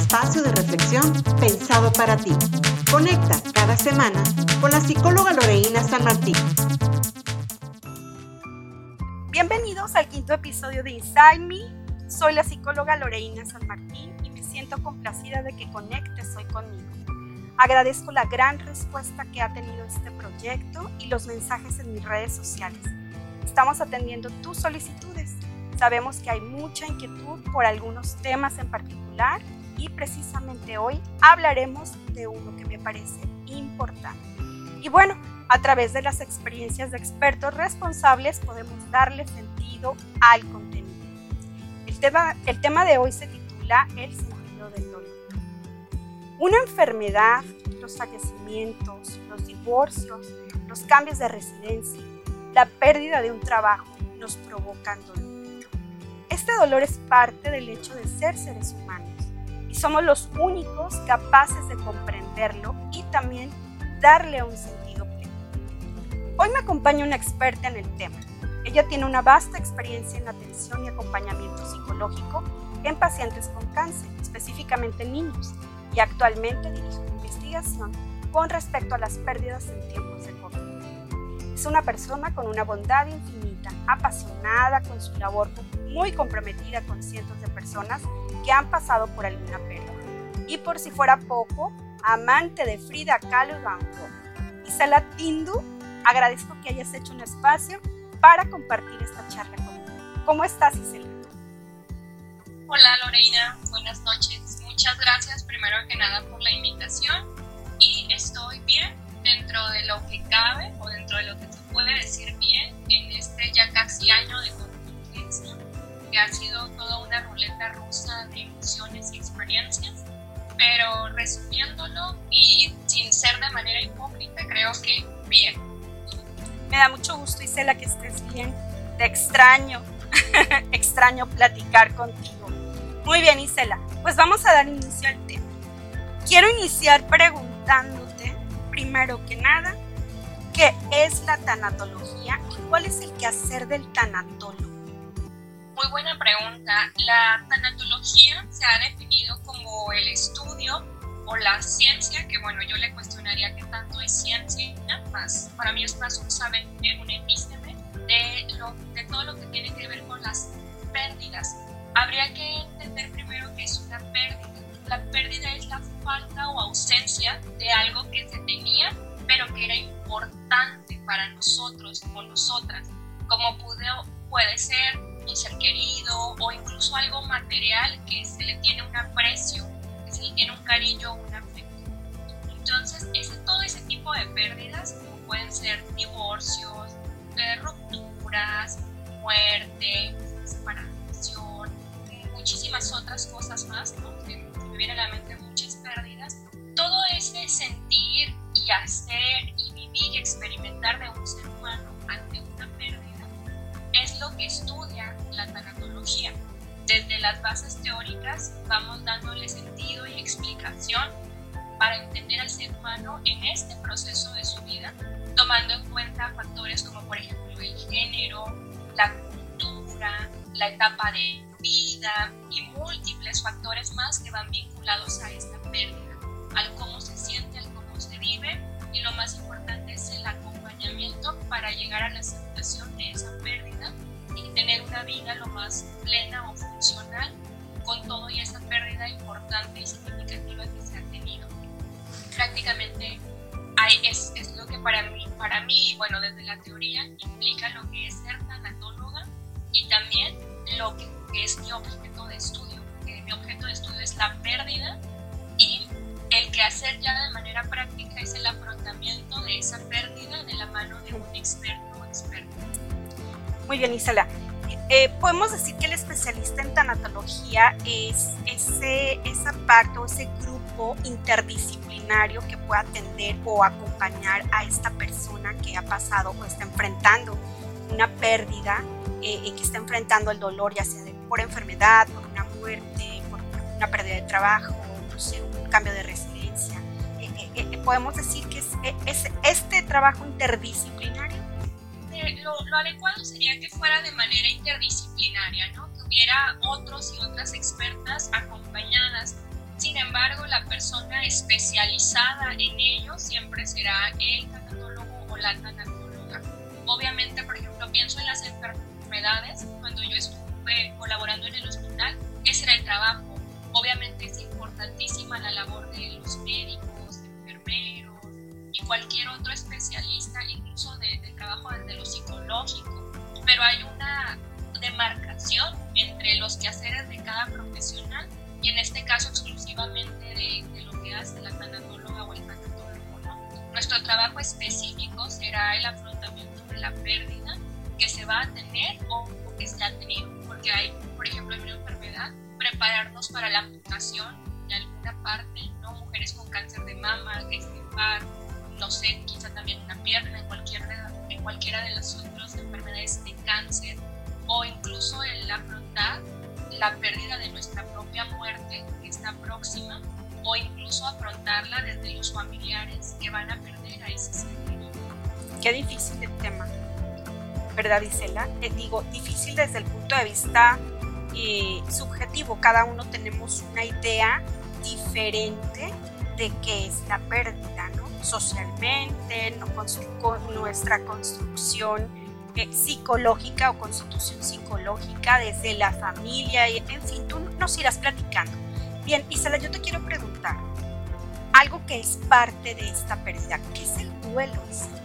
espacio de reflexión pensado para ti. Conecta cada semana con la psicóloga Loreína San Martín. Bienvenidos al quinto episodio de Inside Me. Soy la psicóloga Loreína San Martín y me siento complacida de que conectes hoy conmigo. Agradezco la gran respuesta que ha tenido este proyecto y los mensajes en mis redes sociales. Estamos atendiendo tus solicitudes. Sabemos que hay mucha inquietud por algunos temas en particular y precisamente hoy hablaremos de uno que me parece importante. Y bueno, a través de las experiencias de expertos responsables podemos darle sentido al contenido. El tema de hoy se titula El sentido del dolor. Una enfermedad, los fallecimientos, los divorcios, los cambios de residencia, la pérdida de un trabajo nos provocan dolor. Este dolor es parte del hecho de ser seres humanos y somos los únicos capaces de comprenderlo y también darle un sentido pleno. Hoy me acompaña una experta en el tema. Ella tiene una vasta experiencia en atención y acompañamiento psicológico en pacientes con cáncer, específicamente en niños, y actualmente dirige una investigación con respecto a las pérdidas en tiempos de COVID. Es una persona con una bondad infinita, apasionada con su labor, muy comprometida con cientos de personas que han pasado por alguna pérdida. Y por si fuera poco, amante de Frida Kahlo y Van Gogh. Isela Tindu, agradezco que hayas hecho un espacio para compartir esta charla conmigo. ¿Cómo estás, Isela? Hola, Loreína, buenas noches. Muchas gracias primero que nada por la invitación y estoy bien dentro de lo que cabe o dentro de lo que se puede decir bien en este ya casi año de contingencia, que ha sido toda una ruleta rusa de emociones y experiencias, pero resumiéndolo y sin ser de manera hipócrita, creo que bien. Me da mucho gusto, Isela, que estés bien. Te extraño, extraño platicar contigo. Muy bien, Isela, pues vamos a dar inicio al tema. Quiero iniciar preguntándote, primero que nada, ¿qué es la tanatología y cuál es el quehacer del tanatólogo? Muy buena pregunta. La tanatología se ha definido como el estudio o la ciencia, que bueno, yo le cuestionaría qué tanto es ciencia, más para mí es más un saber, un epísteme de todo lo que tiene que ver con las pérdidas. Habría que entender primero qué es una pérdida. La pérdida es la falta o ausencia de algo que se tenía, pero que era importante para nosotros o nosotras, como puede ser un ser querido o incluso algo material que se le tiene un aprecio, que se le tiene un cariño o un afecto. Entonces, todo ese tipo de pérdidas, como pueden ser divorcios, rupturas, muerte, separación, muchísimas otras cosas más, ¿no? Que me vienen a la mente muchas pérdidas. Todo ese sentir y hacer y vivir y experimentar de un ser humano ante una pérdida es lo que estudia la tanatología. Desde las bases teóricas vamos dándole sentido y explicación para entender al ser humano en este proceso de su vida, tomando en cuenta factores como por ejemplo el género, la cultura, la etapa de vida y múltiples factores más que van vinculados a esta pérdida, al cómo se siente, al cómo se vive, y lo más importante es el acompañamiento para llegar a la aceptación de esa pérdida y tener una vida lo más plena o funcional con todo y esa pérdida importante y significativa que se ha tenido. Prácticamente es lo que para mí, bueno, desde la teoría implica lo que es ser tanatóloga y también lo que es mi objeto de estudio, que mi objeto de estudio es la pérdida y el quehacer ya de manera práctica es el afrontamiento de esa pérdida de la mano de un experto o experta. Muy bien, Isela. Podemos decir que el especialista en tanatología es esa parte o ese grupo interdisciplinario que puede atender o acompañar a esta persona que ha pasado o está enfrentando una pérdida, que está enfrentando el dolor, ya sea por enfermedad, por una muerte, por una pérdida de trabajo, no sé, un cambio de residencia. Podemos decir que es este trabajo interdisciplinario. Lo adecuado sería que fuera de manera interdisciplinaria, ¿no? Que hubiera otros y otras expertas acompañadas Sin embargo, la persona especializada en ello siempre será el tanatólogo o la tanatóloga. Obviamente, por ejemplo, pienso en las enfermedades. Cuando yo estuve colaborando en el hospital, ese era el trabajo. Obviamente es importantísima la labor de los médicos, enfermeros y cualquier otro especialista, incluso del trabajo desde lo psicológico. Pero hay una demarcación entre los quehaceres de cada profesional y en este caso exclusivamente de lo que hace la tanatóloga o el tanatólogo, ¿no? Nuestro trabajo específico será el afrontamiento de la pérdida que se va a tener o que se ha tenido, porque hay, por ejemplo, en una enfermedad, prepararnos para la amputación de alguna parte, ¿no? Mujeres con cáncer de mama, extirpar, no sé, quizá también una pierna, en cualquiera de las otras enfermedades de cáncer, o incluso el afrontar la pérdida de nuestra propia muerte que está próxima, o incluso afrontarla desde los familiares que van a perder a ese ser querido. Qué difícil el tema, ¿verdad, Isela? Digo, difícil desde el punto de vista subjetivo. Cada uno tenemos una idea diferente de qué es la pérdida, ¿no? Socialmente, con nuestra construcción psicológica o constitución psicológica desde la familia, y en fin, tú nos irás platicando. Bien, Isela, yo te quiero preguntar algo que es parte de esta pérdida. ¿Qué es el duelo, Isela?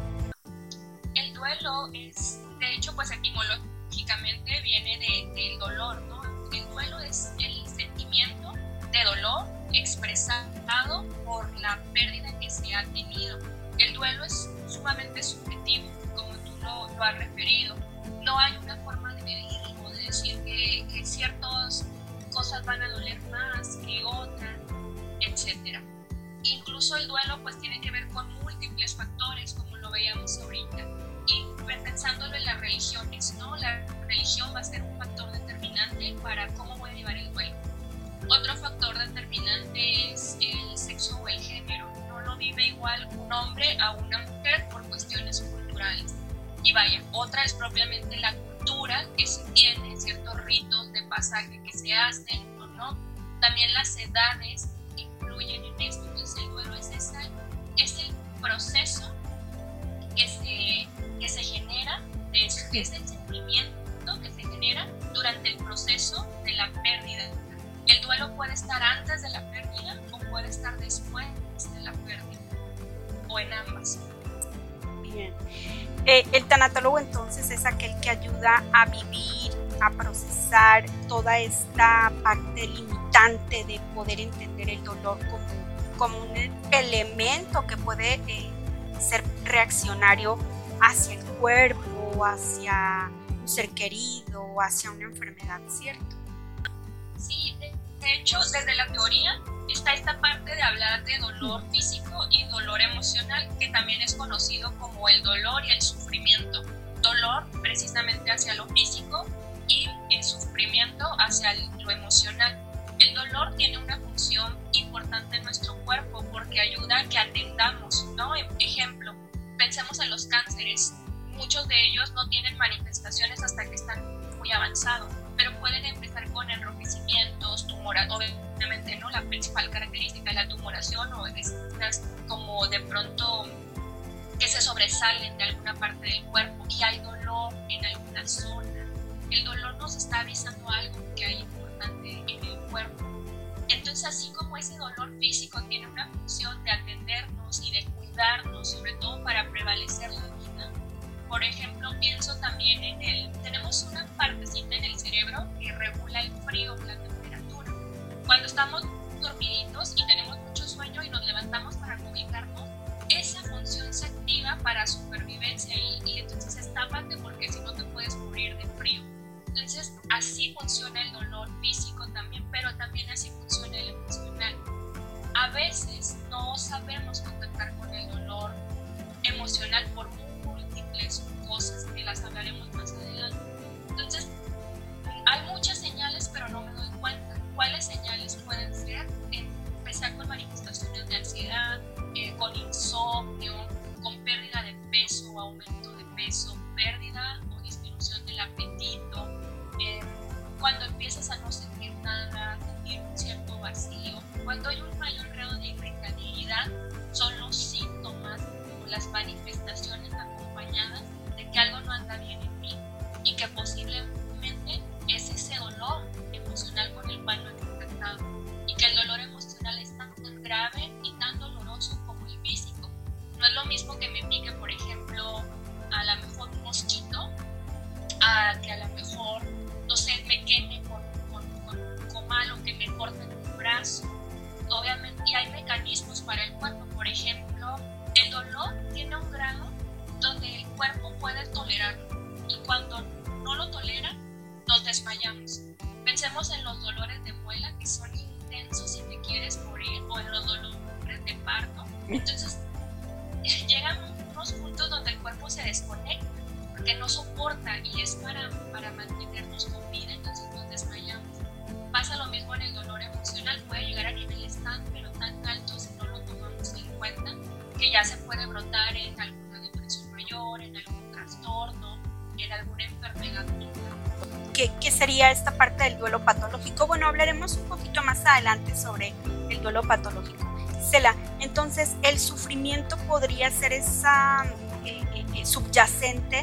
El duelo es, de hecho, pues etimológicamente viene del dolor, ¿no? El duelo es el sentimiento de dolor expresado por la pérdida que se ha tenido. El duelo es sumamente subjetivo, como tú lo has referido. No hay una forma de medirlo, de decir que ciertas cosas van a doler más que otras, etc. Incluso el duelo pues tiene que ver con múltiples factores, como lo veíamos ahorita. Y pensándolo en las religiones, ¿no? La religión va a ser un factor determinante para cómo voy a llevar el duelo. Otro factor determinante es el sexo o el género. No lo vive igual un hombre a una mujer por cuestiones culturales. Y vaya, otra es propiamente la cultura que se tiene, ciertos ritos de pasaje que se hacen o no. También las edades influyen en esto. Entonces el duelo es el proceso que se genera, es el sentimiento que se genera durante el proceso de la pérdida. El duelo puede estar antes de la pérdida o puede estar después de la pérdida, o en ambas. Bien. El tanatólogo entonces es aquel que ayuda a vivir, a procesar toda esta parte limitante de poder entender el dolor como un elemento que puede ser reaccionario hacia el cuerpo, hacia un ser querido, hacia una enfermedad, ¿cierto? Sí, de hecho, desde la teoría está esta parte de hablar de dolor físico y dolor emocional, que también es conocido como el dolor y el sufrimiento. Dolor precisamente hacia lo físico y el sufrimiento hacia lo emocional. El dolor tiene una función importante en nuestro cuerpo porque ayuda a que atendamos, ¿no? Ejemplo, pensemos en los cánceres. Muchos de ellos no tienen manifestaciones hasta que están muy avanzados, pero pueden empezar con enrojecimientos, obviamente, ¿no? La principal característica es la tumoración o estas como de pronto que se sobresalen de alguna parte del cuerpo y hay dolor en alguna zona. El dolor nos está avisando algo que hay importante en el cuerpo. Entonces, así como ese dolor físico tiene una función de atendernos y de cuidarnos, sobre todo para prevalecer la vida. Por ejemplo, pienso también tenemos una partecita en el cerebro que regula el frío, la temperatura. Cuando estamos dormiditos y tenemos mucho sueño y nos levantamos para cobijarnos, esa función se activa para supervivencia y entonces estápate porque si no te puedes morir de frío. Entonces, así funciona el dolor físico también, pero también así funciona el emocional. A veces no sabemos contactar con el dolor emocional por múltiples cosas que las hablaremos más adelante. Entonces, hay muchas señales, pero no me doy cuenta. ¿Cuáles señales pueden ser? Empezar con manifestaciones de ansiedad, con insomnio, con pérdida de peso o aumento de peso, pérdida o disminución del apetito, cuando empiezas a no sentir nada, sentir un cierto vacío, desmayamos. Pensemos en los dolores de muela que son intensos y te quieres morir, o en los dolores de parto. Entonces llegan unos puntos donde el cuerpo se desconecta porque no soporta y es para mantenernos con vida, entonces nos desmayamos. Pasa lo mismo en el dolor emocional, puede llegar a niveles pero tan altos si no lo tomamos en cuenta, que ya se puede brotar en alguna depresión mayor, en algún trastorno, en alguna enfermedad. ¿Qué sería esta parte del duelo patológico? Bueno, hablaremos un poquito más adelante sobre el duelo patológico. Cela, entonces el sufrimiento podría ser esa subyacente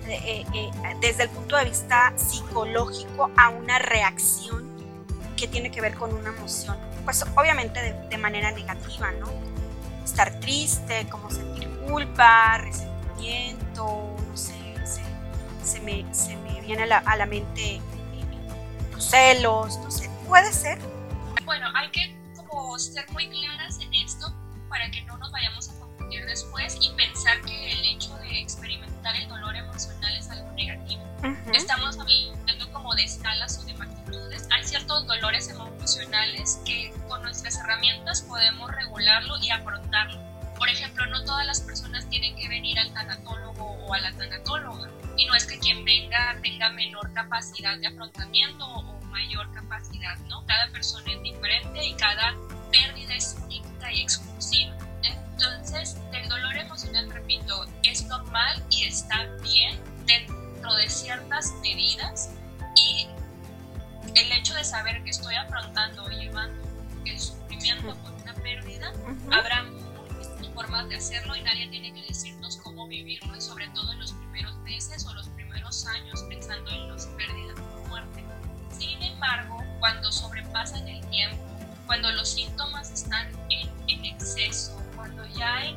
desde el punto de vista psicológico a una reacción que tiene que ver con una emoción, pues obviamente de manera negativa, ¿no? Estar triste, como sentir culpa, resentimiento, no sé, se me viene a la mente los celos, no sé, puede ser. Bueno, hay que como ser muy claras en esto para que no nos vayamos a confundir después y pensar que el hecho de experimentar el dolor emocional es algo negativo. Estamos hablando como de escalas o de magnitudes. Hay ciertos dolores emocionales que con nuestras herramientas podemos regularlo y afrontarlo. Por ejemplo, no todas las personas tienen que venir al tanatólogo o a la tanatóloga, y no es que quien venga tenga menor capacidad de afrontamiento o mayor capacidad, ¿no? Cada persona es diferente y cada pérdida es única y exclusiva. Entonces, el dolor emocional, repito, es normal y está bien dentro de ciertas medidas, y el hecho de saber que estoy afrontando o llevando el sufrimiento por una pérdida, habrá muchas formas de hacerlo y nadie tiene que decirnos cómo vivirlo, y sobre todo en los primeros meses o los primeros años pensando en las pérdidas por muerte. Sin embargo, cuando sobrepasan el tiempo, cuando los síntomas están en exceso, cuando ya hay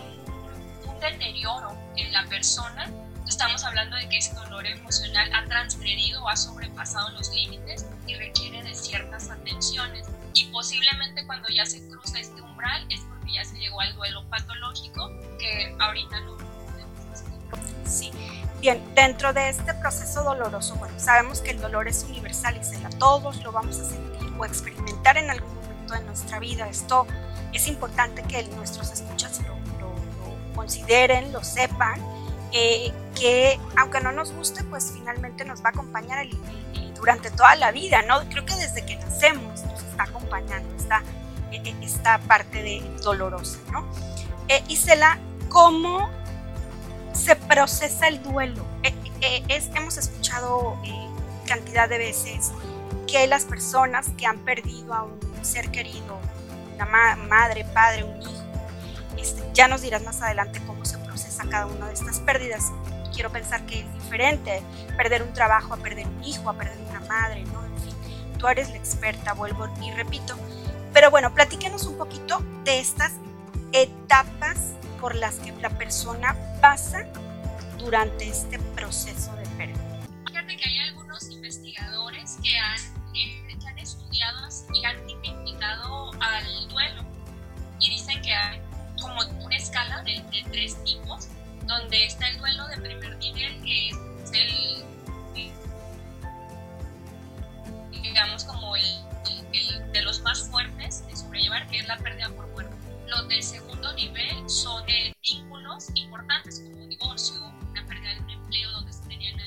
un deterioro en la persona, estamos hablando de que ese dolor emocional ha transgredido o ha sobrepasado los límites y requiere de ciertas atenciones. Y posiblemente cuando ya se cruza este umbral es porque ya se llegó al duelo patológico, que ahorita no podemos explicar. Sí. Bien, dentro de este proceso doloroso, bueno, sabemos que el dolor es universal y todos lo vamos a sentir o experimentar en algún momento de nuestra vida. Esto es importante que nuestros escuchas lo consideren, lo sepan, que aunque no nos guste, pues finalmente nos va a acompañar durante toda la vida, ¿no? Creo que desde que nacemos nos está acompañando esta parte dolorosa, ¿no? Isela, ¿cómo se procesa el duelo? Hemos escuchado cantidad de veces que las personas que han perdido a un ser querido, una madre, padre, un hijo, ya nos dirás más adelante cómo se procesa cada una de estas pérdidas. Quiero pensar que es diferente perder un trabajo a perder un hijo, a perder una madre, ¿no? En fin, tú eres la experta, vuelvo y repito. Pero bueno, platíquenos un poquito de estas etapas por las que la persona pasa durante este proceso de pérdida. Fíjate que hay algunos investigadores que han estudiado y han tipificado al duelo, y dicen que hay como una escala de 3 tipos, donde está el duelo de primer nivel, que es el digamos como el de los más fuertes de sobrellevar, que es la pérdida por muerte. Los de segundo nivel son vínculos importantes como un divorcio, una pérdida de un empleo donde se tenían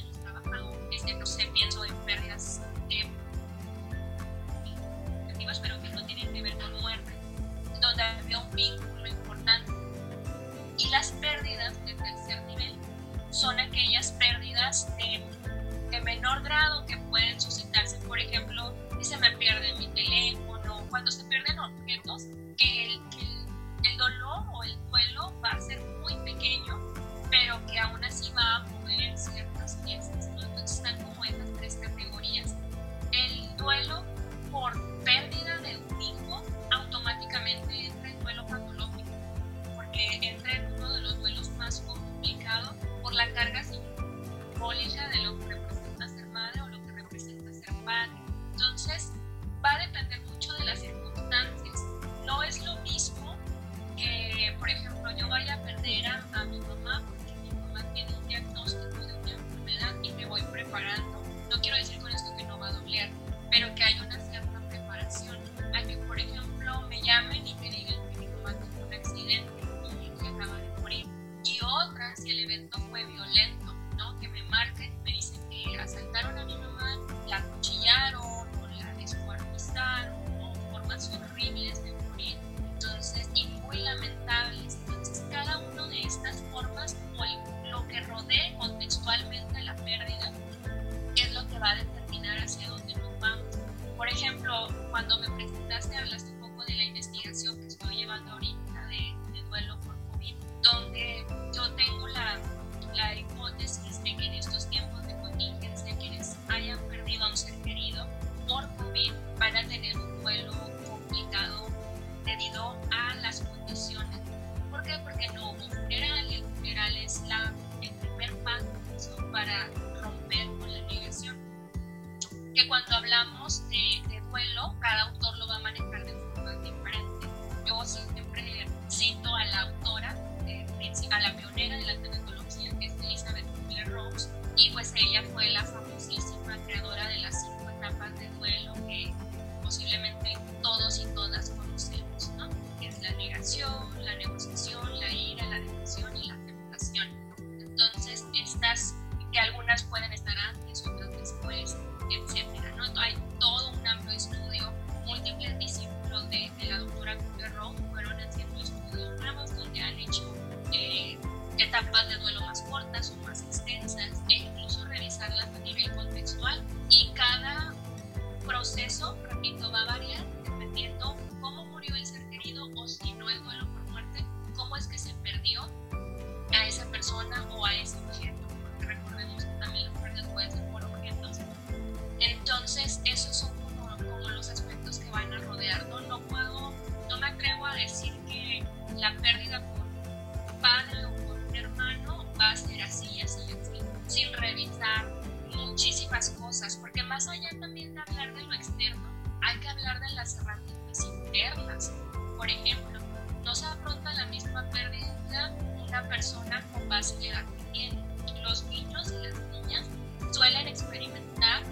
cuando me presentaste hablaste un poco de la investigación que estoy llevando ahorita de duelo por COVID, donde yo tengo la hipótesis de que en estos tiempos de contingencia quienes hayan perdido a un ser querido por COVID van a tener un duelo complicado debido a las condiciones. ¿Por qué? Porque no hubo funeral, y el funeral es el primer paso para romper con la negación. Que cuando hablamos de duelo, cada autor lo va a manejar de forma diferente. Yo siempre cito a la autora, a la pionera de la tanatología, que es Elizabeth Kubler-Ross, y pues ella fue la famosísima creadora de las 5 etapas de duelo que posiblemente todos y todas conocemos, ¿no? Que es la negación, la negociación, la ira, la depresión y la aceptación. Entonces, estas que algunas pueden estar antes, otras después, etcétera, ¿no? Hay todo un amplio estudio, múltiples discípulos de la doctora Kubler-Ross fueron haciendo estudios nuevos donde han hecho etapas de duelo más cortas o más extensas e incluso revisarlas a nivel contextual, y cada proceso, repito, va a variar dependiendo cómo murió el ser querido, o si no es duelo por muerte, cómo es que se perdió a esa persona o a ese objeto, porque recordemos que también las pérdidas pueden ser por objetos. Entonces esos son como los aspectos que van a rodear. No me atrevo a decir que la pérdida por padre o por un hermano va a ser así, sin revisar muchísimas cosas, porque más allá también de hablar de lo externo, hay que hablar de las herramientas internas. Por ejemplo, no se afronta la misma pérdida una persona con base en la edad que tiene. Los niños y las niñas suelen experimentar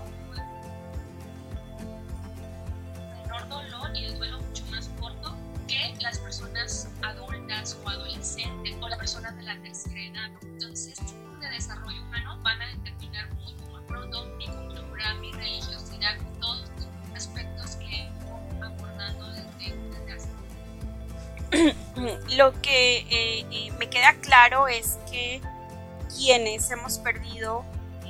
menor dolor y el duelo mucho más corto que las personas adultas o adolescentes o las personas de la tercera edad. Entonces, de desarrollo humano van a determinar muy como pronto mi cultura, mi religiosidad, todos los aspectos que estamos abordando desde hace. Lo que me queda claro es que quienes hemos perdido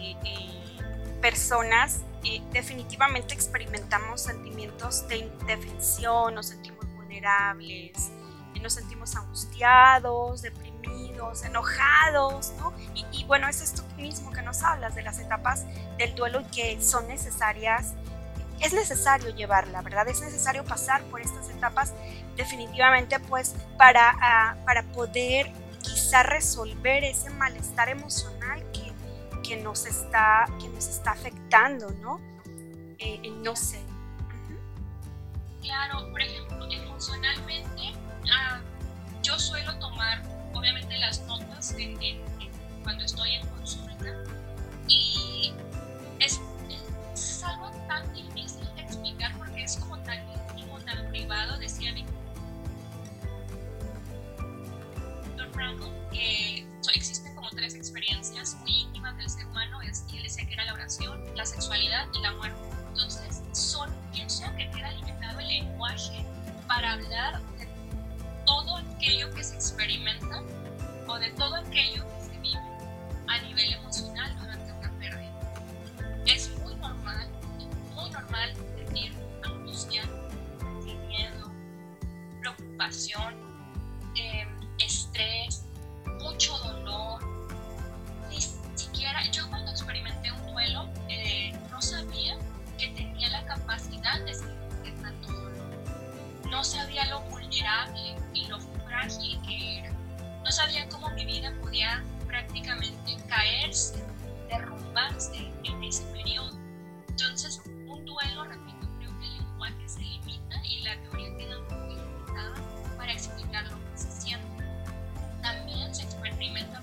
personas definitivamente experimentamos sentimientos de indefensión, nos sentimos vulnerables, nos sentimos angustiados, deprimidos, enojados, ¿no? Y bueno, es esto mismo que nos hablas de las etapas del duelo y que son necesarias. Es necesario llevarla, ¿verdad? Es necesario pasar por estas etapas definitivamente, pues, para poder quizá resolver ese malestar emocional que nos está afectando, ¿no? No sé. Claro, por ejemplo, emocionalmente, yo suelo tomar, obviamente, las notas cuando estoy en consulta, y es algo tan difícil de explicar porque es como tan íntimo, tan privado. Decía Víctor Frankl que existen como 3 experiencias muy íntimas del ser humano, y él decía que era la oración, la sexualidad y la muerte. Entonces, pienso que queda limitado el lenguaje para hablar de todo aquello que se experimenta o de todo aquello que se vive a nivel emocional durante una pérdida. Es muy normal sentir angustia, miedo, preocupación, estrés, mucho dolor. Ni siquiera yo, cuando experimenté un duelo, no sabía que tenía la capacidad de sentir tanto dolor. No sabía lo vulnerable y lo frágil que era. No sabía cómo mi vida podía prácticamente caerse, derrumbarse en ese periodo. Entonces, un duelo, repito, creo que el lenguaje se limita y la teoría queda muy limitada para explicar lo que se siente. También se experimenta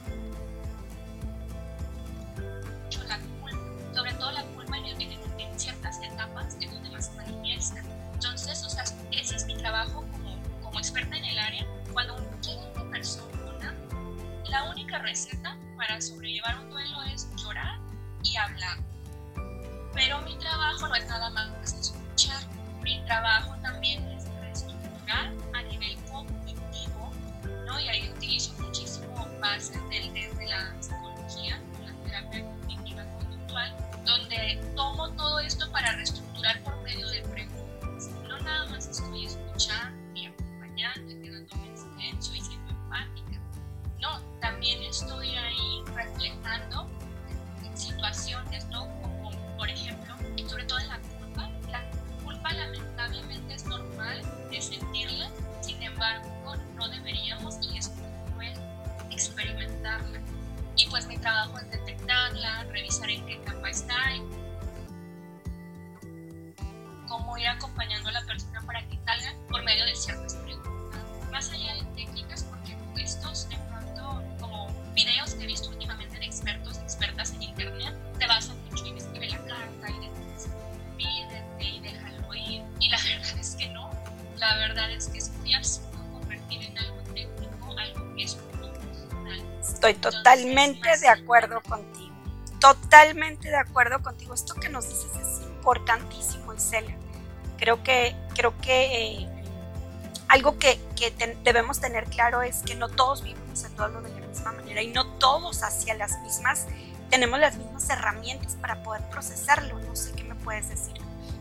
mucho la culpa, sobre todo la culpa en ciertas etapas en donde más se manifiesta. Entonces, ese es mi trabajo como experta en el área. Cuando llega una persona, la única receta para sobrellevar un duelo es llorar y hablar. Pero mi trabajo no es nada más escuchar. Mi trabajo también es reestructurar a nivel cognitivo, ¿no? Y ahí utilizo muchísimo bases desde la psicología, la terapia cognitiva conductual, donde tomo todo esto para reestructurar por medio de preguntas. cómo ir acompañando a la persona para que salga por medio de ciertas preguntas. Más allá de técnicas, porque estos de pronto, como videos que he visto últimamente de expertos, expertas en internet, se basan mucho en escribir la carta y después pídete y déjalo ir. Y la verdad es que no. La verdad es que es muy absurdo convertir en algo técnico algo que es muy personal. Estoy totalmente de acuerdo contigo. Totalmente de acuerdo contigo. Esto que nos dices es importantísimo, Isela. Creo que algo que debemos tener claro es que no todos vivimos el duelo de la misma manera y no todos tenemos las mismas herramientas para poder procesarlo. No sé qué me puedes decir.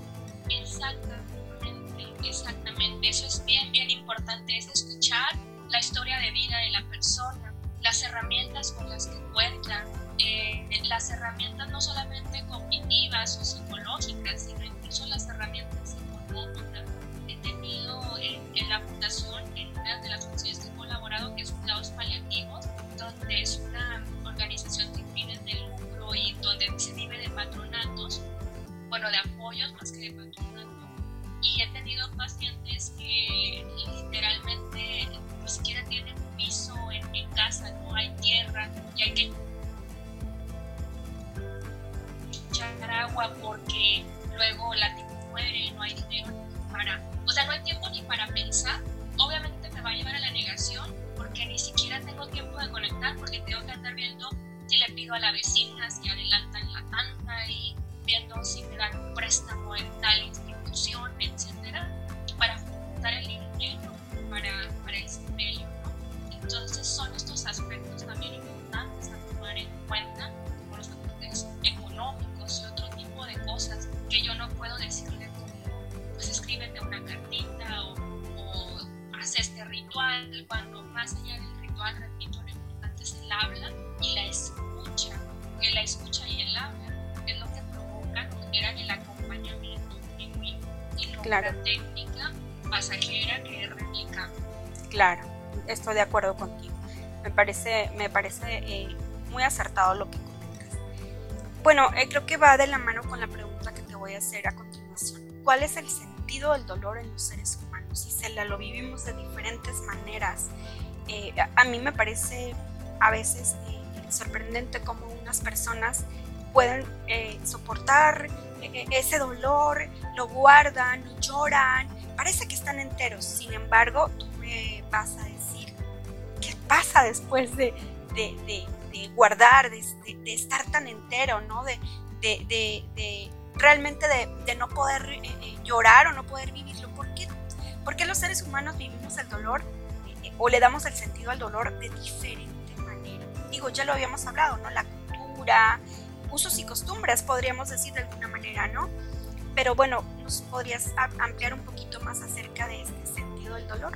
Exactamente. Eso es bien importante, es escuchar la historia de vida de la persona, las herramientas con las que cuenta, las herramientas no solamente cognitivas o psicológicas, sino incluso las herramientas psicológicas. He tenido en la fundación, en una de las funciones que he colaborado, que es Cuidados Paliativos, donde es una organización sin fines de lucro y donde se vive de patronatos, bueno, de apoyos más que de patronatos. Y he tenido pacientes que literalmente ni siquiera tienen un piso en casa, no hay tierra y hay que echar agua porque luego la tipa muere, no hay dinero no hay tiempo ni para pensar. Obviamente me va a llevar a la negación porque ni siquiera tengo tiempo de conectar, porque tengo que andar viendo si le pido a la vecina, si adelantan la tanda y viendo si me dan un préstamo en tal institución, etcétera, para juntar el dinero para el sepelio, ¿no? Entonces son estos aspectos también importantes a tomar en cuenta, como los aspectos económicos y otro tipo de cosas que yo no puedo decirle como, pues escríbete una cartita o haz este ritual, cuando más allá del ritual, repito, lo importante es el habla y la escucha, que la escucha y el habla es lo que provoca, genera el acompañamiento genuino y no Claro. una técnica pasajera que es replicable. Claro, estoy de acuerdo contigo. Me parece muy acertado lo que comentas. Bueno, creo que va de la mano con la pregunta que te voy a hacer a continuación. ¿Cuál es el sentido del dolor en los seres humanos? Isela, lo vivimos de diferentes maneras. A mí me parece a veces sorprendente cómo unas personas pueden soportar ese dolor, lo guardan, lloran, parece que están enteros. Sin embargo, tú me vas a decir qué pasa después de guardar, de estar tan entero, ¿no? De realmente de no poder llorar o no poder vivirlo. ¿Por qué los seres humanos vivimos el dolor o le damos el sentido al dolor de diferente manera? Digo, ya lo habíamos hablado, ¿no? La cultura, usos y costumbres, podríamos decir de alguna manera, ¿no? Pero bueno, ¿nos podrías ampliar un poquito más acerca de este sentido del dolor?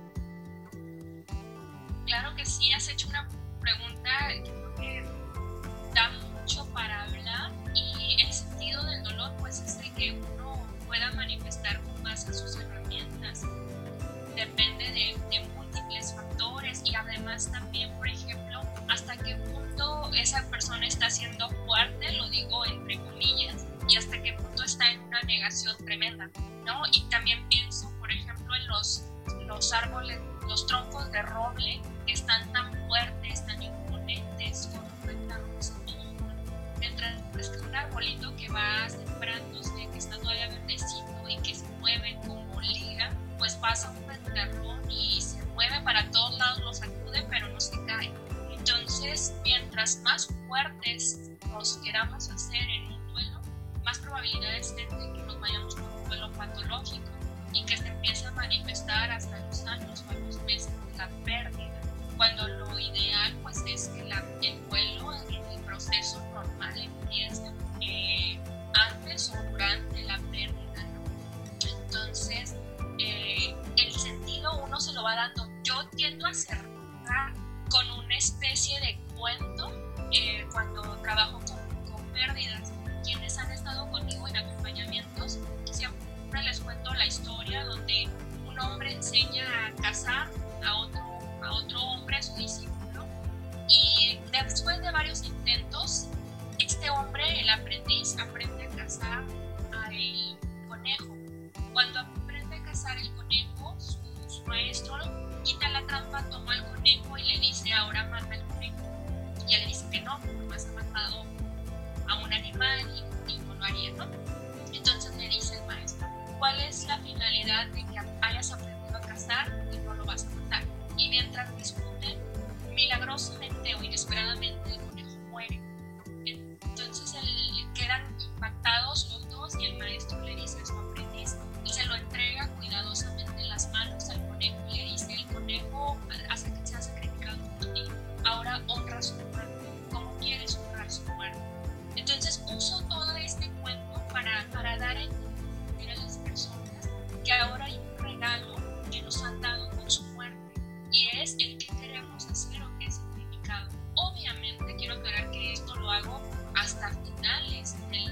Claro que sí, has hecho una pregunta que creo que da mucho para hablar, y el sentido del dolor pues es el que uno pueda manifestar con base a sus herramientas. Depende de múltiples factores y además también, por ejemplo, hasta qué punto esa persona está siendo fuerte, lo digo entre comillas, y hasta qué punto está en una negación tremenda, ¿no? Y también pienso, por ejemplo, en los árboles, los troncos de roble que están tan fuertes, tan imponentes, con un pétalos, mientras que un arbolito que va sembrándose, que está todavía verdecito y que se mueve como liga, pues pasa un ventarrón y se mueve para todos lados, lo sacude, pero no se cae. Entonces, mientras más fuertes nos queramos hacer en un duelo, más probabilidades de que nos vayamos con un duelo patológico y que se empiece a manifestar hasta los años o a los meses de la pérdida, cuando lo ideal pues es que el duelo en el proceso normal empiece antes o durante la pérdida, ¿no? Entonces, el sentido uno se lo va dando. Yo tiendo a cerrar con una especie de cuento cuando trabajo con pérdidas. Quienes han estado conmigo en acompañamientos, siempre les cuento la historia donde un hombre enseña a cazar a otro hombre, a su discípulo, y después de varios intentos, este hombre, el aprendiz, aprende a cazar al conejo, Cuando aprende a cazar el conejo, su maestro quita la trampa, toma al conejo y le dice, ahora mata al conejo. Y él le dice que no, porque has matado a un animal y no lo haría, ¿no? Entonces le dice el maestro, ¿cuál es la finalidad de que hayas aprendido a cazar y no lo vas a matar? Y mientras discuten, milagrosamente o inesperadamente el conejo muere. Entonces quedan impactados los dos y el maestro le dice a su aprendiz y se lo entrega cuidadosamente en las manos al conejo y le dice, el conejo se ha sacrificado por ti, ahora honra su muerte. ¿Cómo quieres honrar su muerte? Entonces uso todo este cuento para dar a entender a las personas que ahora hay un regalo que nos han dado con su muerte y es el que queremos hacer o qué significado. Obviamente quiero aclarar que esto lo hago hasta finales de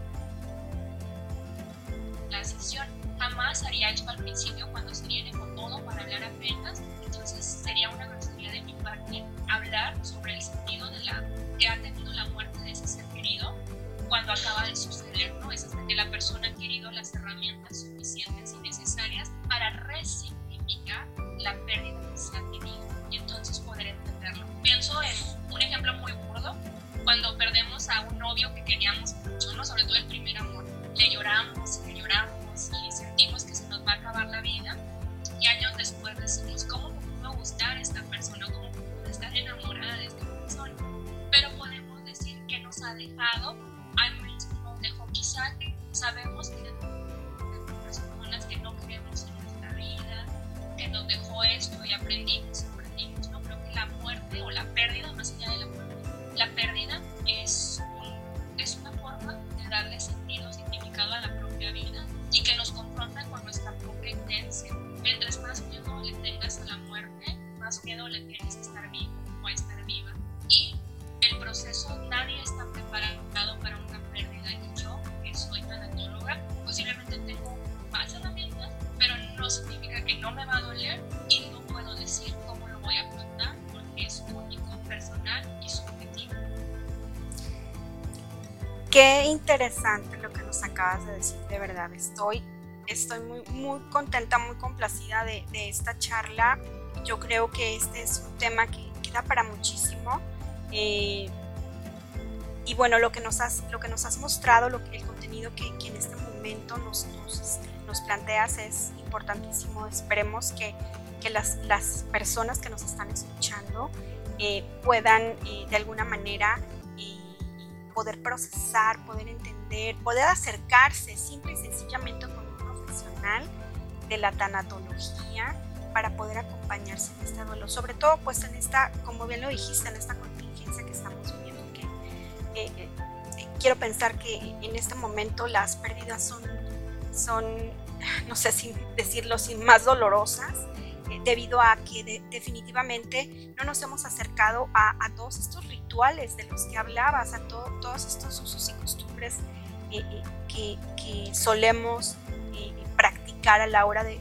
la sesión. Jamás haría esto al principio cuando se viene con todo para hablar apenas. Entonces sería una grosería de mi parte hablar sobre el sentido que ha tenido la muerte de ese ser querido cuando acaba de suceder, ¿no? Es hasta que la persona ha querido las herramientas suficientes y necesarias para resignificar la pérdida que se ha tenido y entonces poder entenderlo. Pienso en un ejemplo muy burdo, cuando perdemos a un novio que queríamos mucho, ¿no? Sobre todo el primer amor, le lloramos y sentimos que se nos va a acabar la vida y años después decimos, ¿cómo me pudo gustar esta persona? ¿Cómo me pudo estar enamorada de esta persona? Pero podemos decir que nos ha dejado, al menos nos dejó quizá que sabemos que hay personas que no queremos en nuestra vida, que nos dejó esto y aprendimos. No creo que la muerte o la pérdida, más allá de la muerte, la pérdida es una forma de darle sentido, significado a la propia vida y que nos confronta con nuestra propia existencia. Mientras más miedo le tengas a la muerte, más miedo le tienes a estar vivo o a estar viva. Y el proceso, nadie está preparado para una pérdida. Y yo, que soy tanatóloga, posiblemente tengo más herramientas, pero no significa que no me va a doler y no puedo decir cómo lo voy a afrontar porque es único, personal y subjetivo. Qué interesante lo que nos acabas de decir, de verdad. Estoy muy contenta, muy complacida de esta charla. Yo creo que este es un tema que da para muchísimo. Y bueno, lo que nos has mostrado, el contenido que en este momento nos planteas es importantísimo. Esperemos que las personas que nos están escuchando puedan de alguna manera poder procesar, poder entender, poder acercarse simple y sencillamente con un profesional de la tanatología para poder acompañarse en este duelo, sobre todo pues en esta, como bien lo dijiste, en esta contingencia que estamos viviendo, que quiero pensar que en este momento las pérdidas son no sé si decirlo, más dolorosas, debido a que definitivamente no nos hemos acercado a todos estos rituales de los que hablabas, a todos estos usos y costumbres que solemos practicar a la hora de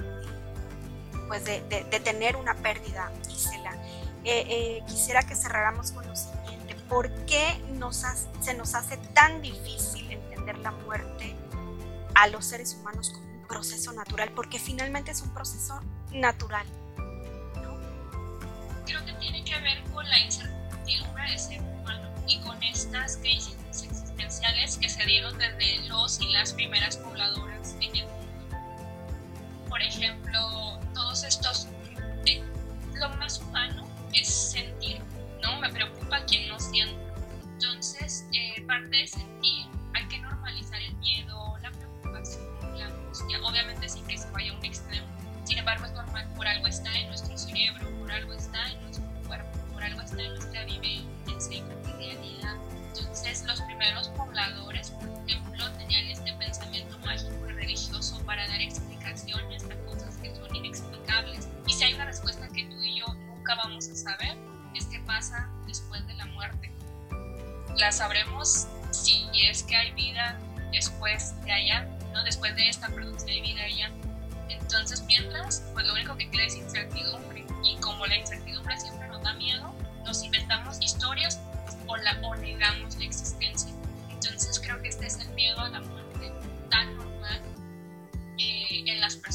tener una pérdida, Gisela. Quisiera que cerráramos con lo siguiente. ¿Por qué se nos hace tan difícil entender la muerte a los seres humanos como un proceso natural? Porque finalmente es un proceso natural, ¿no? Creo que tiene que ver con la incertidumbre del ser humano y con estas crisis existenciales que se dieron desde los y las primeras pobladoras en el mundo. Por ejemplo, todos estos, lo más humano es sentir, ¿no? Me preocupa quien no siente. Entonces, parte de sentir, hay que normalizar el miedo, la preocupación, la angustia, obviamente sin que se vaya a un extremo. Sin embargo, es normal, por algo está en nuestro cerebro, por algo está en nuestro cuerpo, por algo está en nuestra vivencia y cotidianidad. Entonces, los primeros pobladores, por ejemplo, tenían este pensamiento mágico y religioso para dar explicaciones a cosas que son inexplicables. Y si hay una respuesta que tú y yo nunca vamos a saber, es qué pasa después de la muerte. La sabremos si es que hay vida después de allá, ¿no? Después de esta, perdón, si hay vida allá. Entonces, mientras, pues lo único que queda es incertidumbre. Y como la incertidumbre siempre nos da miedo, nos inventamos historias o negamos la existencia. Entonces, creo que este es el miedo a la muerte tan normal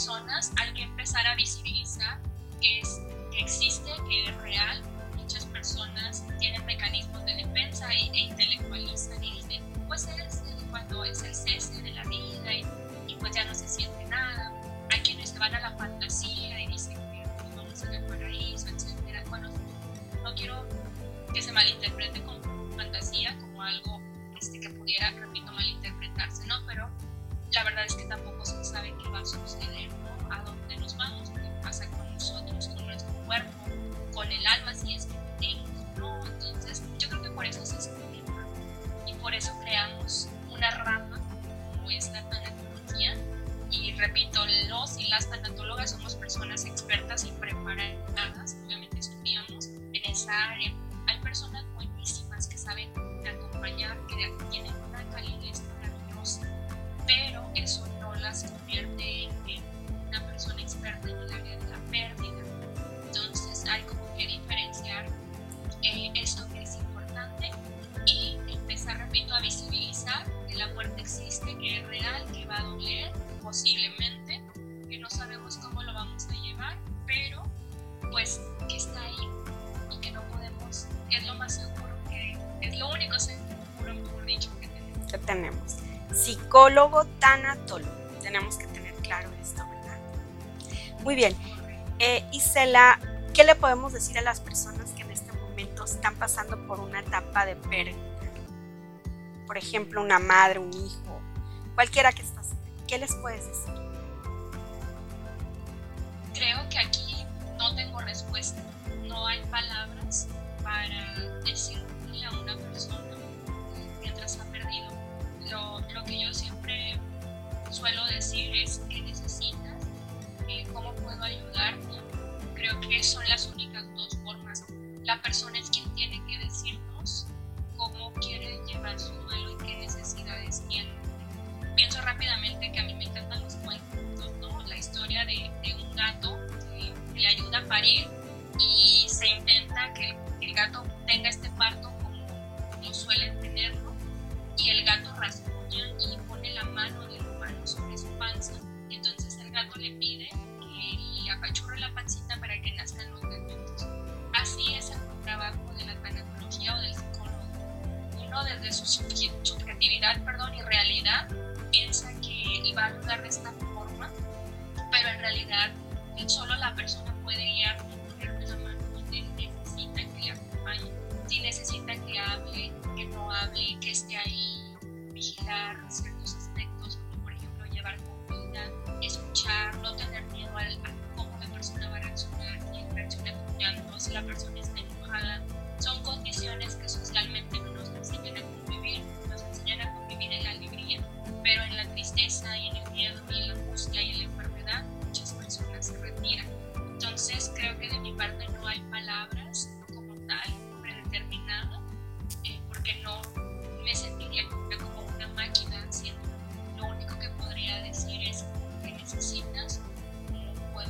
personas hay que empezar a visibilizar que existe, que es real. Muchas personas tienen mecanismos de defensa e intelectualizan y dicen, pues es cuando es el cese de la vida y pues ya no se siente nada. Hay quienes se van a la fantasía y dicen que pues, vamos a ir al paraíso, etc. Bueno, no quiero que se malinterprete como fantasía, como algo que pudiera, repito, malinterpretarse, ¿no? Pero la verdad es que tampoco se sabe qué va a suceder, ¿no? A dónde nos vamos, qué pasa con nosotros, con nuestro cuerpo, con el alma, si es que tenemos, ¿no? Entonces, yo creo que por eso se escoge y por eso creamos una rama como es la tanatología. Y repito, los y las tanatólogas somos personas expertas y preparadas, obviamente estudiamos en esa área. Hay personas buenísimas que saben acompañar, que tienen una calidez maravillosa, pero eso no las convierte en una persona experta en el área de la pérdida. Entonces hay como que diferenciar esto que es importante y empezar, repito, a visibilizar que la muerte existe, que es real, que va a doler posiblemente, que no sabemos cómo lo vamos a llevar, pero pues que está ahí y que no podemos, es lo más seguro, que es lo único seguro, mejor dicho, que tenemos. Psicólogo, tanatólogo, tenemos que tener claro esto, ¿verdad? Muy bien. Isela, ¿qué le podemos decir a las personas que en este momento están pasando por una etapa de pérdida? Por ejemplo, una madre, un hijo, cualquiera que estás, ¿qué les puedes decir? Creo que aquí no tengo respuesta, no hay palabras para decirle a una persona mientras ha perdido. Lo que yo siempre suelo decir es que necesitas, cómo puedo ayudarte. Creo que son las únicas dos formas. La persona es quien tiene que decirnos cómo quiere llevar su duelo y qué necesidades tiene. Pienso rápidamente que a mí me encantan los cuentos, ¿no? La historia de un gato que le ayuda a parir y se intenta que el gato tenga este parto como suelen tenerlo, y el gato rasguña y pone la mano del humano sobre su panza, y entonces el gato le pide que le apachurre la pancita para que nazcan los gatitos. Así es el trabajo de la tanatología o del psicólogo. Uno desde su subjetividad y realidad piensa que va a ayudar de esta forma, pero en realidad solo la persona puede guiar y ponerle la mano donde necesita que le acompañe. Si necesita que hable, que no hable, que esté ahí, vigilar ciertos aspectos, como por ejemplo llevar comida, escuchar, no tener miedo a cómo la persona va a reaccionar, si reacciona con llanto, si la persona está enojada. Son condiciones que socialmente no nos enseñan a convivir, nos enseñan a convivir en la alegría, pero en la tristeza y en el miedo y en la angustia y en la enfermedad muchas personas se retiran. Entonces creo que de mi parte no hay palabras como tal predeterminadas, porque no me sentiría como una máquina haciendo. Lo único que podría decir es que necesitas, no puedo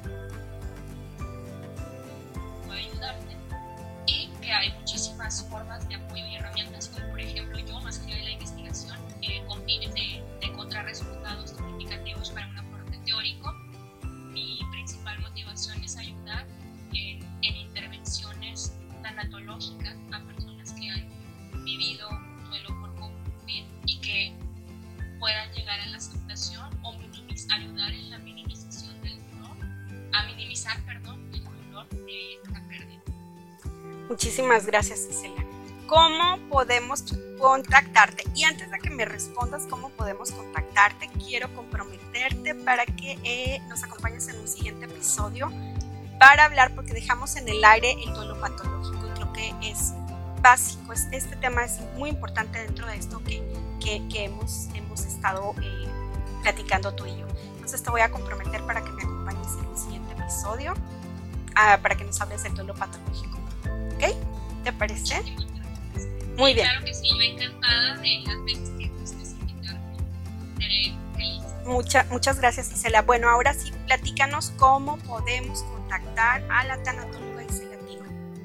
ayudarte, y que hay muchísimas formas de apoyo y herramientas, como por ejemplo yo, más allá de la investigación, con fines de encontrar resultados significativos para un aporte teórico. Mi principal motivación es ayudar en intervenciones tanatológicas a personas que han vivido un duelo por COVID y que puedan llegar a la aceptación o ayudar en la minimización del dolor, a minimizar, el dolor de esta pérdida. Muchísimas gracias, Isela. ¿Cómo podemos contactarte? Y antes de que me respondas cómo podemos contactarte, quiero comprometerte para que nos acompañes en un siguiente episodio para hablar, porque dejamos en el aire el duelo patológico y creo que es básico. Este tema es muy importante dentro de esto que hemos estado platicando tú y yo. Entonces te voy a comprometer para que me acompañes en un siguiente episodio para que nos hables del duelo patológico. ¿Ok? ¿Te parece? Muy bien. Claro que sí, yo encantada de las veces que gustes invitarme. Seré feliz. Muchas gracias, Isela. Bueno, ahora sí, platícanos cómo podemos contactar a la tanatóloga Isela Tima.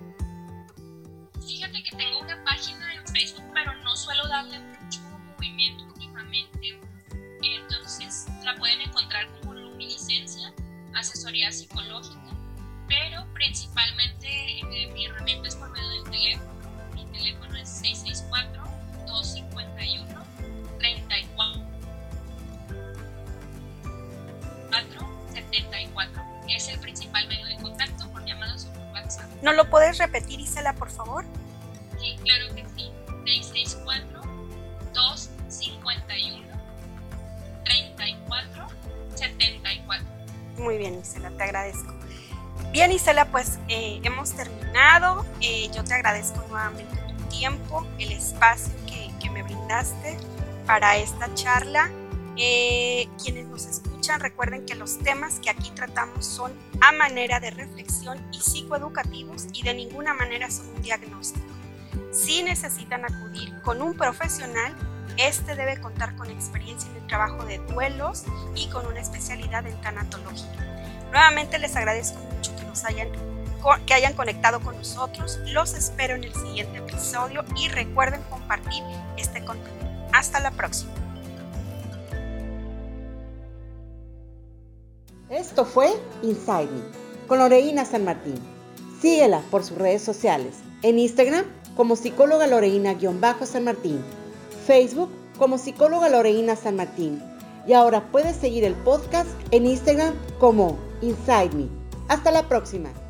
Fíjate que tengo una página en Facebook, pero no suelo darle mucho movimiento últimamente. Entonces la pueden encontrar como luminiscencia asesoría psicológica, pero principalmente mi herramienta es por medio del teléfono. Mi teléfono es 664-251-3474. Es el principal medio de contacto por llamadas o por WhatsApp. ¿No lo puedes repetir, Isela, por favor? Sí, claro que sí. 664-251-3474. Muy bien, Isela, te agradezco. Bien, Isela, pues hemos terminado. Yo te agradezco nuevamente tu tiempo, el espacio que me brindaste para esta charla. Quienes nos escuchan, recuerden que los temas que aquí tratamos son a manera de reflexión y psicoeducativos y de ninguna manera son un diagnóstico. Si necesitan acudir con un profesional, este debe contar con experiencia en el trabajo de duelos y con una especialidad en tanatología. Nuevamente les agradezco mucho que hayan conectado con nosotros. Los espero en el siguiente episodio y recuerden compartir este contenido. Hasta la próxima. Esto fue Inside Me con Loreína San Martín. Síguela por sus redes sociales. En Instagram como psicóloga Loreína-San Martín. Facebook como psicóloga Loreína San Martín. Y ahora puedes seguir el podcast en Instagram como Inside Me. Hasta la próxima.